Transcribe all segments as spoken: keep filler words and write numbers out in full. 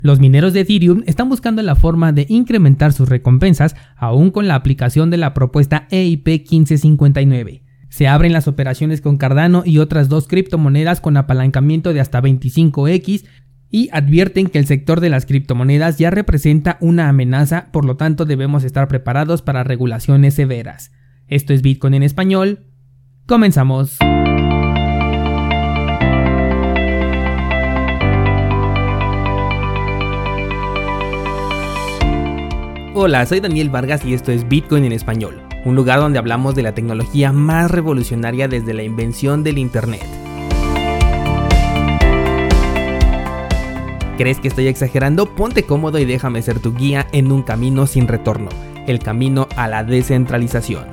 Los mineros de Ethereum están buscando la forma de incrementar sus recompensas aún con la aplicación de la propuesta E I P quince cincuenta y nueve. Se abren las operaciones con Cardano y otras dos criptomonedas con apalancamiento de hasta veinticinco equis y advierten que el sector de las criptomonedas ya representa una amenaza, por lo tanto debemos estar preparados para regulaciones severas. Esto es Bitcoin en español. Comenzamos. Hola, soy Daniel Vargas y esto es Bitcoin en español, un lugar donde hablamos de la tecnología más revolucionaria desde la invención del Internet. ¿Crees que estoy exagerando? Ponte cómodo y déjame ser tu guía en un camino sin retorno, el camino a la descentralización.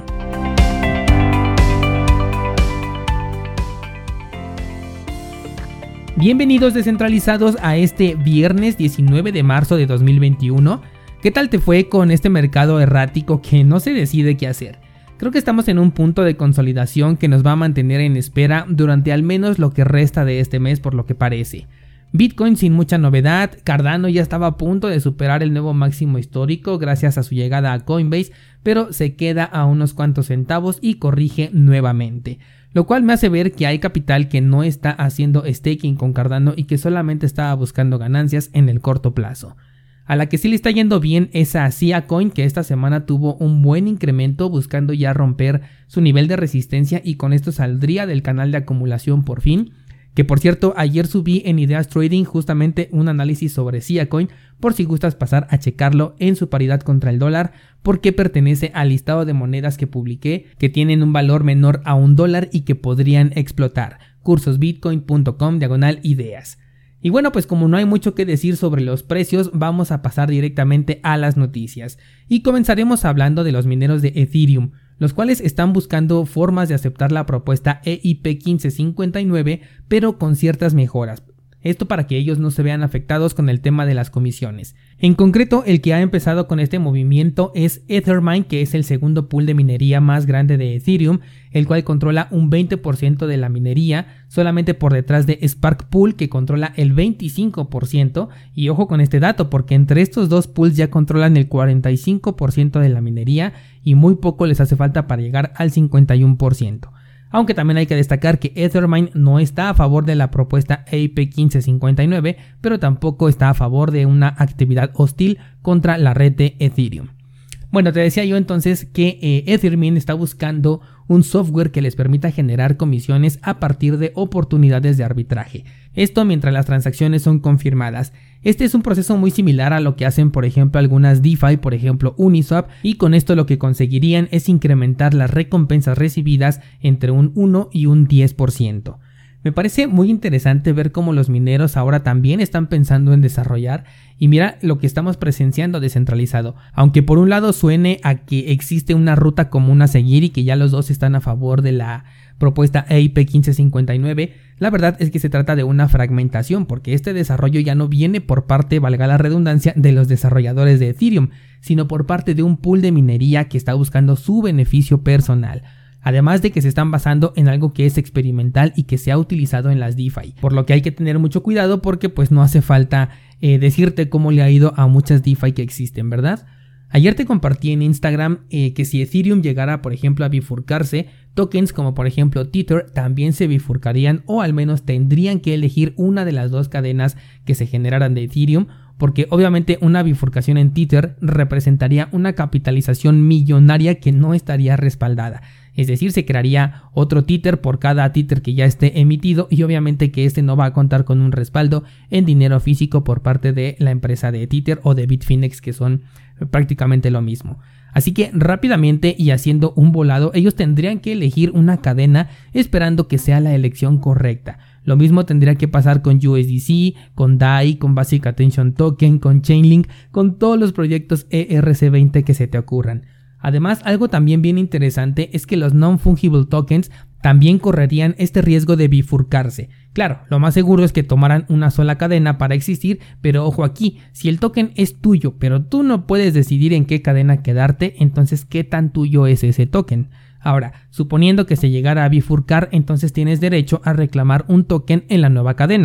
Bienvenidos descentralizados a este viernes diecinueve de marzo de dos mil veintiuno. ¿Qué tal te fue con este mercado errático que no se decide qué hacer? Creo que estamos en un punto de consolidación que nos va a mantener en espera durante al menos lo que resta de este mes, por lo que parece. Bitcoin sin mucha novedad, Cardano ya estaba a punto de superar el nuevo máximo histórico gracias a su llegada a Coinbase, pero se queda a unos cuantos centavos y corrige nuevamente. Lo cual me hace ver que hay capital que no está haciendo staking con Cardano y que solamente estaba buscando ganancias en el corto plazo. A la que sí le está yendo bien es a Sia Coin, que esta semana tuvo un buen incremento buscando ya romper su nivel de resistencia y con esto saldría del canal de acumulación por fin. Que por cierto, ayer subí en Ideas Trading justamente un análisis sobre Sia Coin por si gustas pasar a checarlo en su paridad contra el dólar, porque pertenece al listado de monedas que publiqué que tienen un valor menor a un dólar y que podrían explotar. cursosbitcoin punto com diagonal ideas. Y bueno, pues como no hay mucho que decir sobre los precios, vamos a pasar directamente a las noticias. Y comenzaremos hablando de los mineros de Ethereum, los cuales están buscando formas de aceptar la propuesta E I P quince cincuenta y nueve, pero con ciertas mejoras. Esto para que ellos no se vean afectados con el tema de las comisiones. En concreto, el que ha empezado con este movimiento es Ethermine, que es el segundo pool de minería más grande de Ethereum, el cual controla un veinte por ciento de la minería, solamente por detrás de Spark Pool, que controla el veinticinco por ciento, y ojo con este dato, porque entre estos dos pools ya controlan el cuarenta y cinco por ciento de la minería, y muy poco les hace falta para llegar al cincuenta y uno por ciento. Aunque también hay que destacar que Ethermine no está a favor de la propuesta E I P quince cincuenta y nueve, pero tampoco está a favor de una actividad hostil contra la red de Ethereum. Bueno, te decía yo entonces que eh, Ethermine está buscando un software que les permita generar comisiones a partir de oportunidades de arbitraje. Esto mientras las transacciones son confirmadas. Este es un proceso muy similar a lo que hacen por ejemplo algunas DeFi, por ejemplo Uniswap, y con esto lo que conseguirían es incrementar las recompensas recibidas entre un uno y un diez por ciento. Me parece muy interesante ver cómo los mineros ahora también están pensando en desarrollar y mira lo que estamos presenciando descentralizado. Aunque por un lado suene a que existe una ruta común a seguir y que ya los dos están a favor de la propuesta E I P quince cincuenta y nueve, la verdad es que se trata de una fragmentación porque este desarrollo ya no viene por parte, valga la redundancia, de los desarrolladores de Ethereum, sino por parte de un pool de minería que está buscando su beneficio personal. Además de que se están basando en algo que es experimental y que se ha utilizado en las DeFi, por lo que hay que tener mucho cuidado porque pues no hace falta eh, decirte cómo le ha ido a muchas DeFi que existen, ¿verdad? Ayer te compartí en Instagram eh, que si Ethereum llegara por ejemplo a bifurcarse, tokens como por ejemplo Tether también se bifurcarían o al menos tendrían que elegir una de las dos cadenas que se generaran de Ethereum, porque obviamente una bifurcación en Tether representaría una capitalización millonaria que no estaría respaldada. Es decir, se crearía otro Tether por cada Tether que ya esté emitido y obviamente que este no va a contar con un respaldo en dinero físico por parte de la empresa de Tether o de Bitfinex, que son prácticamente lo mismo. Así que rápidamente y haciendo un volado, ellos tendrían que elegir una cadena esperando que sea la elección correcta. Lo mismo tendría que pasar con U S D C, con D A I, con Basic Attention Token, con Chainlink, con todos los proyectos E R C veinte que se te ocurran. Además, algo también bien interesante es que los non-fungible tokens también correrían este riesgo de bifurcarse. Claro, lo más seguro es que tomaran una sola cadena para existir, pero ojo aquí, si el token es tuyo, pero tú no puedes decidir en qué cadena quedarte, entonces ¿qué tan tuyo es ese token? Ahora, suponiendo que se llegara a bifurcar, entonces tienes derecho a reclamar un token en la nueva cadena.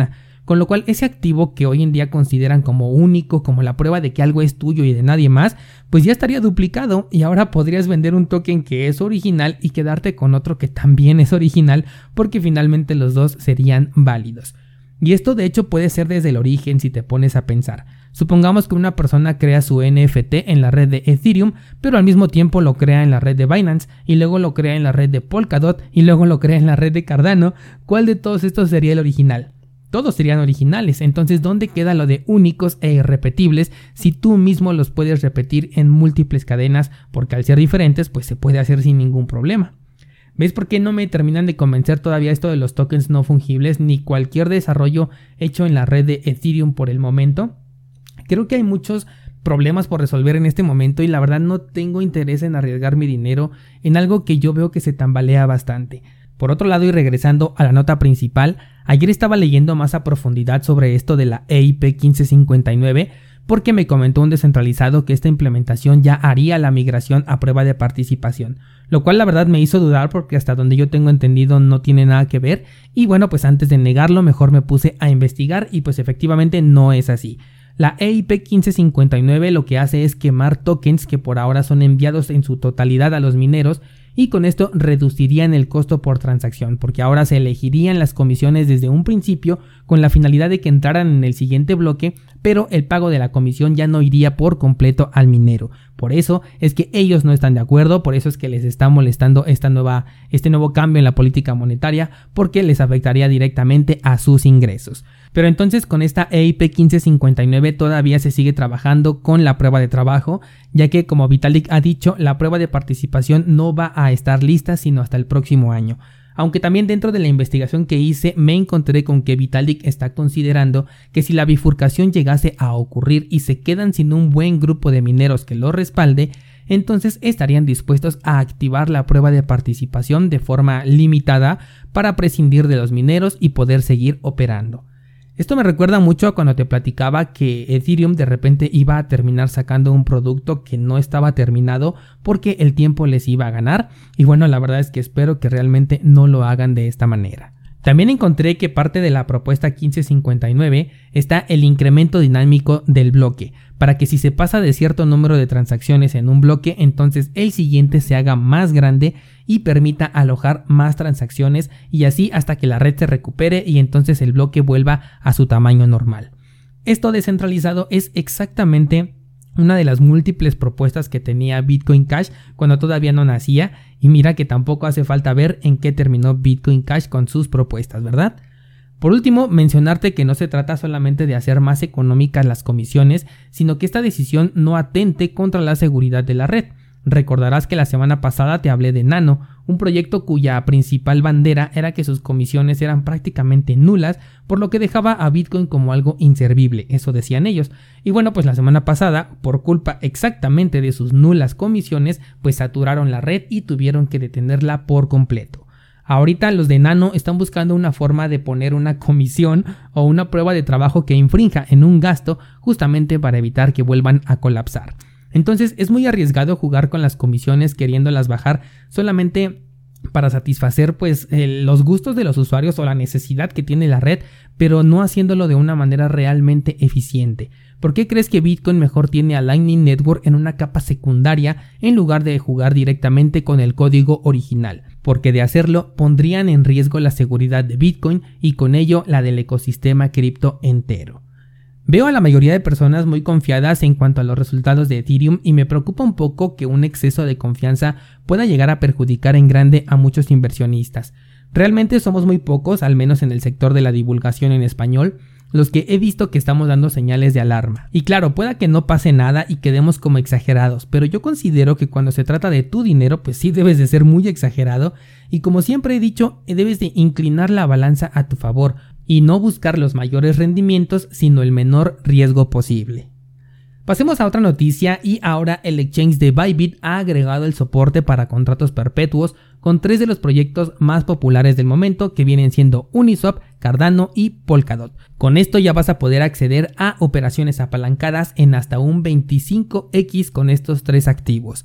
con lo cual ese activo que hoy en día consideran como único, como la prueba de que algo es tuyo y de nadie más, pues ya estaría duplicado y ahora podrías vender un token que es original y quedarte con otro que también es original, porque finalmente los dos serían válidos. Y esto de hecho puede ser desde el origen si te pones a pensar. Supongamos que una persona crea su N F T en la red de Ethereum, pero al mismo tiempo lo crea en la red de Binance, y luego lo crea en la red de Polkadot, y luego lo crea en la red de Cardano. ¿Cuál de todos estos sería el original? Todos serían originales, entonces ¿dónde queda lo de únicos e irrepetibles si tú mismo los puedes repetir en múltiples cadenas? Porque al ser diferentes, pues se puede hacer sin ningún problema. ¿Ves por qué no me terminan de convencer todavía esto de los tokens no fungibles ni cualquier desarrollo hecho en la red de Ethereum por el momento? Creo que hay muchos problemas por resolver en este momento y la verdad no tengo interés en arriesgar mi dinero en algo que yo veo que se tambalea bastante. Por otro lado, y regresando a la nota principal, ayer estaba leyendo más a profundidad sobre esto de la E I P quince cincuenta y nueve porque me comentó un descentralizado que esta implementación ya haría la migración a prueba de participación, lo cual la verdad me hizo dudar porque hasta donde yo tengo entendido no tiene nada que ver y bueno, pues antes de negarlo mejor me puse a investigar y pues efectivamente no es así. La E I P quince cincuenta y nueve lo que hace es quemar tokens que por ahora son enviados en su totalidad a los mineros y con esto reducirían el costo por transacción, porque ahora se elegirían las comisiones desde un principio con la finalidad de que entraran en el siguiente bloque, pero el pago de la comisión ya no iría por completo al minero. Por eso es que ellos no están de acuerdo, por eso es que les está molestando esta nueva, este nuevo cambio en la política monetaria, porque les afectaría directamente a sus ingresos. Pero entonces con esta E I P quince cincuenta y nueve todavía se sigue trabajando con la prueba de trabajo, ya que como Vitalik ha dicho, la prueba de participación no va a estar lista sino hasta el próximo año. Aunque también dentro de la investigación que hice me encontré con que Vitalik está considerando que si la bifurcación llegase a ocurrir y se quedan sin un buen grupo de mineros que lo respalde, entonces estarían dispuestos a activar la prueba de participación de forma limitada para prescindir de los mineros y poder seguir operando. Esto me recuerda mucho a cuando te platicaba que Ethereum de repente iba a terminar sacando un producto que no estaba terminado porque el tiempo les iba a ganar y bueno, la verdad es que espero que realmente no lo hagan de esta manera. También encontré que parte de la propuesta quince cincuenta y nueve está el incremento dinámico del bloque, para que si se pasa de cierto número de transacciones en un bloque, entonces el siguiente se haga más grande y permita alojar más transacciones y así hasta que la red se recupere y entonces el bloque vuelva a su tamaño normal. Esto descentralizado es exactamente una de las múltiples propuestas que tenía Bitcoin Cash cuando todavía no nacía y mira que tampoco hace falta ver en qué terminó Bitcoin Cash con sus propuestas, ¿verdad? Por último, mencionarte que no se trata solamente de hacer más económicas las comisiones, sino que esta decisión no atente contra la seguridad de la red. Recordarás que la semana pasada te hablé de Nano, un proyecto cuya principal bandera era que sus comisiones eran prácticamente nulas, por lo que dejaba a Bitcoin como algo inservible, eso decían ellos. Y bueno, pues la semana pasada, por culpa exactamente de sus nulas comisiones, pues saturaron la red y tuvieron que detenerla por completo. Ahorita los de Nano están buscando una forma de poner una comisión o una prueba de trabajo que infrinja en un gasto justamente para evitar que vuelvan a colapsar. Entonces es muy arriesgado jugar con las comisiones queriéndolas bajar solamente para satisfacer pues eh, los gustos de los usuarios o la necesidad que tiene la red, pero no haciéndolo de una manera realmente eficiente. ¿Por qué crees que Bitcoin mejor tiene a Lightning Network en una capa secundaria en lugar de jugar directamente con el código original? Porque de hacerlo pondrían en riesgo la seguridad de Bitcoin y con ello la del ecosistema cripto entero. Veo a la mayoría de personas muy confiadas en cuanto a los resultados de Ethereum y me preocupa un poco que un exceso de confianza pueda llegar a perjudicar en grande a muchos inversionistas. Realmente somos muy pocos, al menos en el sector de la divulgación en español, los que he visto que estamos dando señales de alarma. Y claro, pueda que no pase nada y quedemos como exagerados, pero yo considero que cuando se trata de tu dinero, pues sí debes de ser muy exagerado y como siempre he dicho, debes de inclinar la balanza a tu favor y no buscar los mayores rendimientos, sino el menor riesgo posible. Pasemos a otra noticia y ahora el exchange de Bybit ha agregado el soporte para contratos perpetuos con tres de los proyectos más populares del momento que vienen siendo Uniswap, Cardano y Polkadot. Con esto ya vas a poder acceder a operaciones apalancadas en hasta un veinticinco equis con estos tres activos.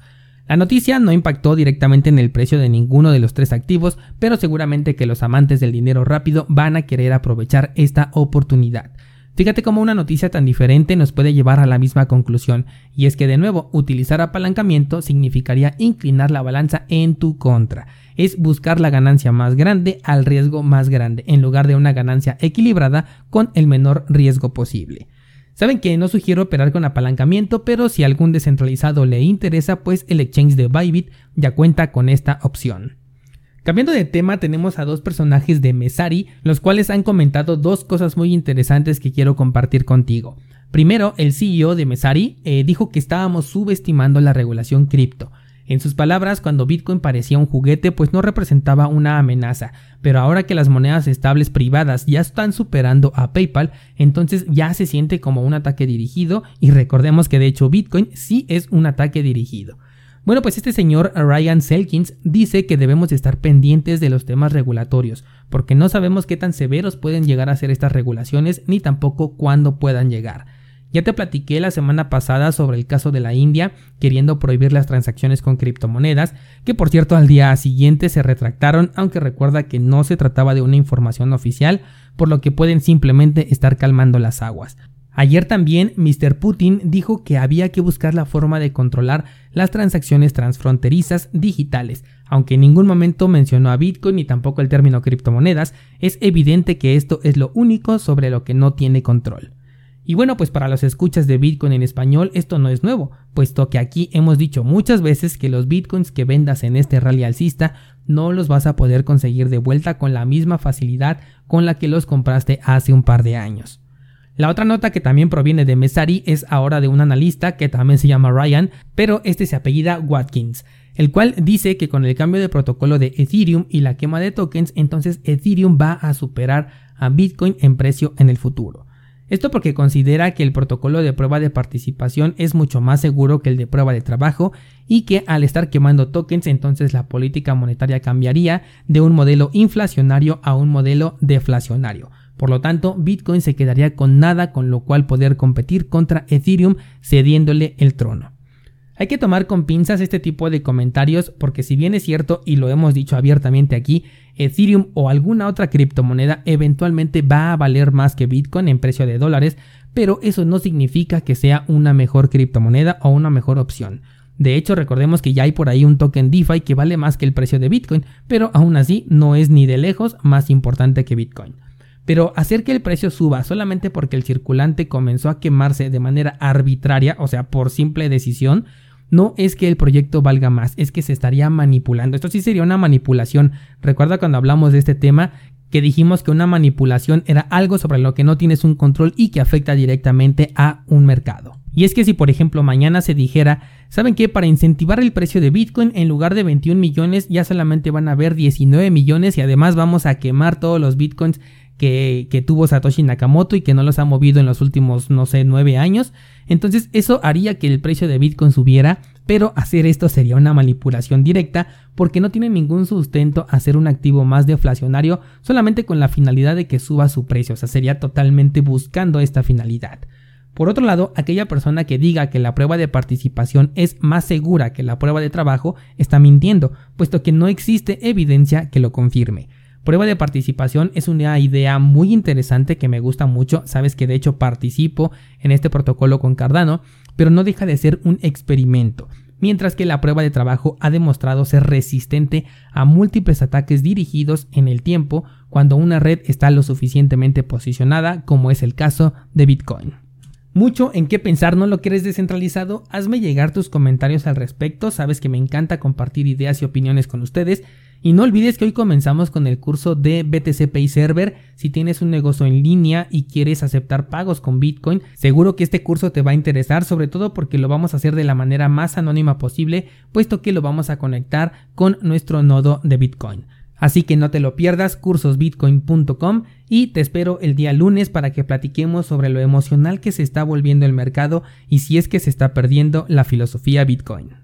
La noticia no impactó directamente en el precio de ninguno de los tres activos, pero seguramente que los amantes del dinero rápido van a querer aprovechar esta oportunidad. Fíjate cómo una noticia tan diferente nos puede llevar a la misma conclusión, y es que de nuevo, utilizar apalancamiento significaría inclinar la balanza en tu contra. Es buscar la ganancia más grande al riesgo más grande, en lugar de una ganancia equilibrada con el menor riesgo posible. Saben que no sugiero operar con apalancamiento, pero si algún descentralizado le interesa, pues el exchange de Bybit ya cuenta con esta opción. Cambiando de tema, tenemos a dos personajes de Messari, los cuales han comentado dos cosas muy interesantes que quiero compartir contigo. Primero, el C E O de Messari eh, dijo que estábamos subestimando la regulación cripto. En sus palabras, cuando Bitcoin parecía un juguete, pues no representaba una amenaza, pero ahora que las monedas estables privadas ya están superando a PayPal, entonces ya se siente como un ataque dirigido, y recordemos que de hecho Bitcoin sí es un ataque dirigido. Bueno, pues este señor Ryan Selkins dice que debemos estar pendientes de los temas regulatorios, porque no sabemos qué tan severos pueden llegar a ser estas regulaciones, ni tampoco cuándo puedan llegar. Ya te platiqué la semana pasada sobre el caso de la India queriendo prohibir las transacciones con criptomonedas, que por cierto al día siguiente se retractaron, aunque recuerda que no se trataba de una información oficial, por lo que pueden simplemente estar calmando las aguas. Ayer también mister Putin dijo que había que buscar la forma de controlar las transacciones transfronterizas digitales. Aunque en ningún momento mencionó a Bitcoin ni tampoco el término criptomonedas, es evidente que esto es lo único sobre lo que no tiene control. Y bueno, pues para los escuchas de Bitcoin en español esto no es nuevo, puesto que aquí hemos dicho muchas veces que los Bitcoins que vendas en este rally alcista no los vas a poder conseguir de vuelta con la misma facilidad con la que los compraste hace un par de años. La otra nota que también proviene de Messari es ahora de un analista que también se llama Ryan, pero este se apellida Watkins, el cual dice que con el cambio de protocolo de Ethereum y la quema de tokens, entonces Ethereum va a superar a Bitcoin en precio en el futuro. Esto porque considera que el protocolo de prueba de participación es mucho más seguro que el de prueba de trabajo y que al estar quemando tokens entonces la política monetaria cambiaría de un modelo inflacionario a un modelo deflacionario. Por lo tanto, Bitcoin se quedaría con nada, con lo cual poder competir contra Ethereum cediéndole el trono. Hay que tomar con pinzas este tipo de comentarios porque si bien es cierto y lo hemos dicho abiertamente aquí, Ethereum o alguna otra criptomoneda eventualmente va a valer más que Bitcoin en precio de dólares, pero eso no significa que sea una mejor criptomoneda o una mejor opción. De hecho, recordemos que ya hay por ahí un token DeFi que vale más que el precio de Bitcoin, pero aún así no es ni de lejos más importante que Bitcoin. Pero hacer que el precio suba solamente porque el circulante comenzó a quemarse de manera arbitraria, o sea, por simple decisión, no es que el proyecto valga más, es que se estaría manipulando. Esto sí sería una manipulación. Recuerda cuando hablamos de este tema que dijimos que una manipulación era algo sobre lo que no tienes un control y que afecta directamente a un mercado. Y es que si por ejemplo mañana se dijera, ¿saben qué? Para incentivar el precio de Bitcoin en lugar de veintiún millones ya solamente van a haber diecinueve millones y además vamos a quemar todos los Bitcoins Que, que tuvo Satoshi Nakamoto y que no los ha movido en los últimos, no sé, nueve años. Entonces eso haría que el precio de Bitcoin subiera, pero hacer esto sería una manipulación directa porque no tiene ningún sustento hacer un activo más deflacionario solamente con la finalidad de que suba su precio, o sea, sería totalmente buscando esta finalidad. Por otro lado, aquella persona que diga que la prueba de participación es más segura que la prueba de trabajo está mintiendo, puesto que no existe evidencia que lo confirme. Prueba de participación es una idea muy interesante que me gusta mucho, sabes que de hecho participo en este protocolo con Cardano, pero no deja de ser un experimento, mientras que la prueba de trabajo ha demostrado ser resistente a múltiples ataques dirigidos en el tiempo cuando una red está lo suficientemente posicionada, como es el caso de Bitcoin. Mucho en qué pensar, ¿no lo quieres descentralizado? Hazme llegar tus comentarios al respecto, sabes que me encanta compartir ideas y opiniones con ustedes. Y no olvides que hoy comenzamos con el curso de B T C Pay Server. Si tienes un negocio en línea y quieres aceptar pagos con Bitcoin, seguro que este curso te va a interesar, sobre todo porque lo vamos a hacer de la manera más anónima posible, puesto que lo vamos a conectar con nuestro nodo de Bitcoin. Así que no te lo pierdas, cursos bitcoin punto com, y te espero el día lunes para que platiquemos sobre lo emocional que se está volviendo el mercado y si es que se está perdiendo la filosofía Bitcoin.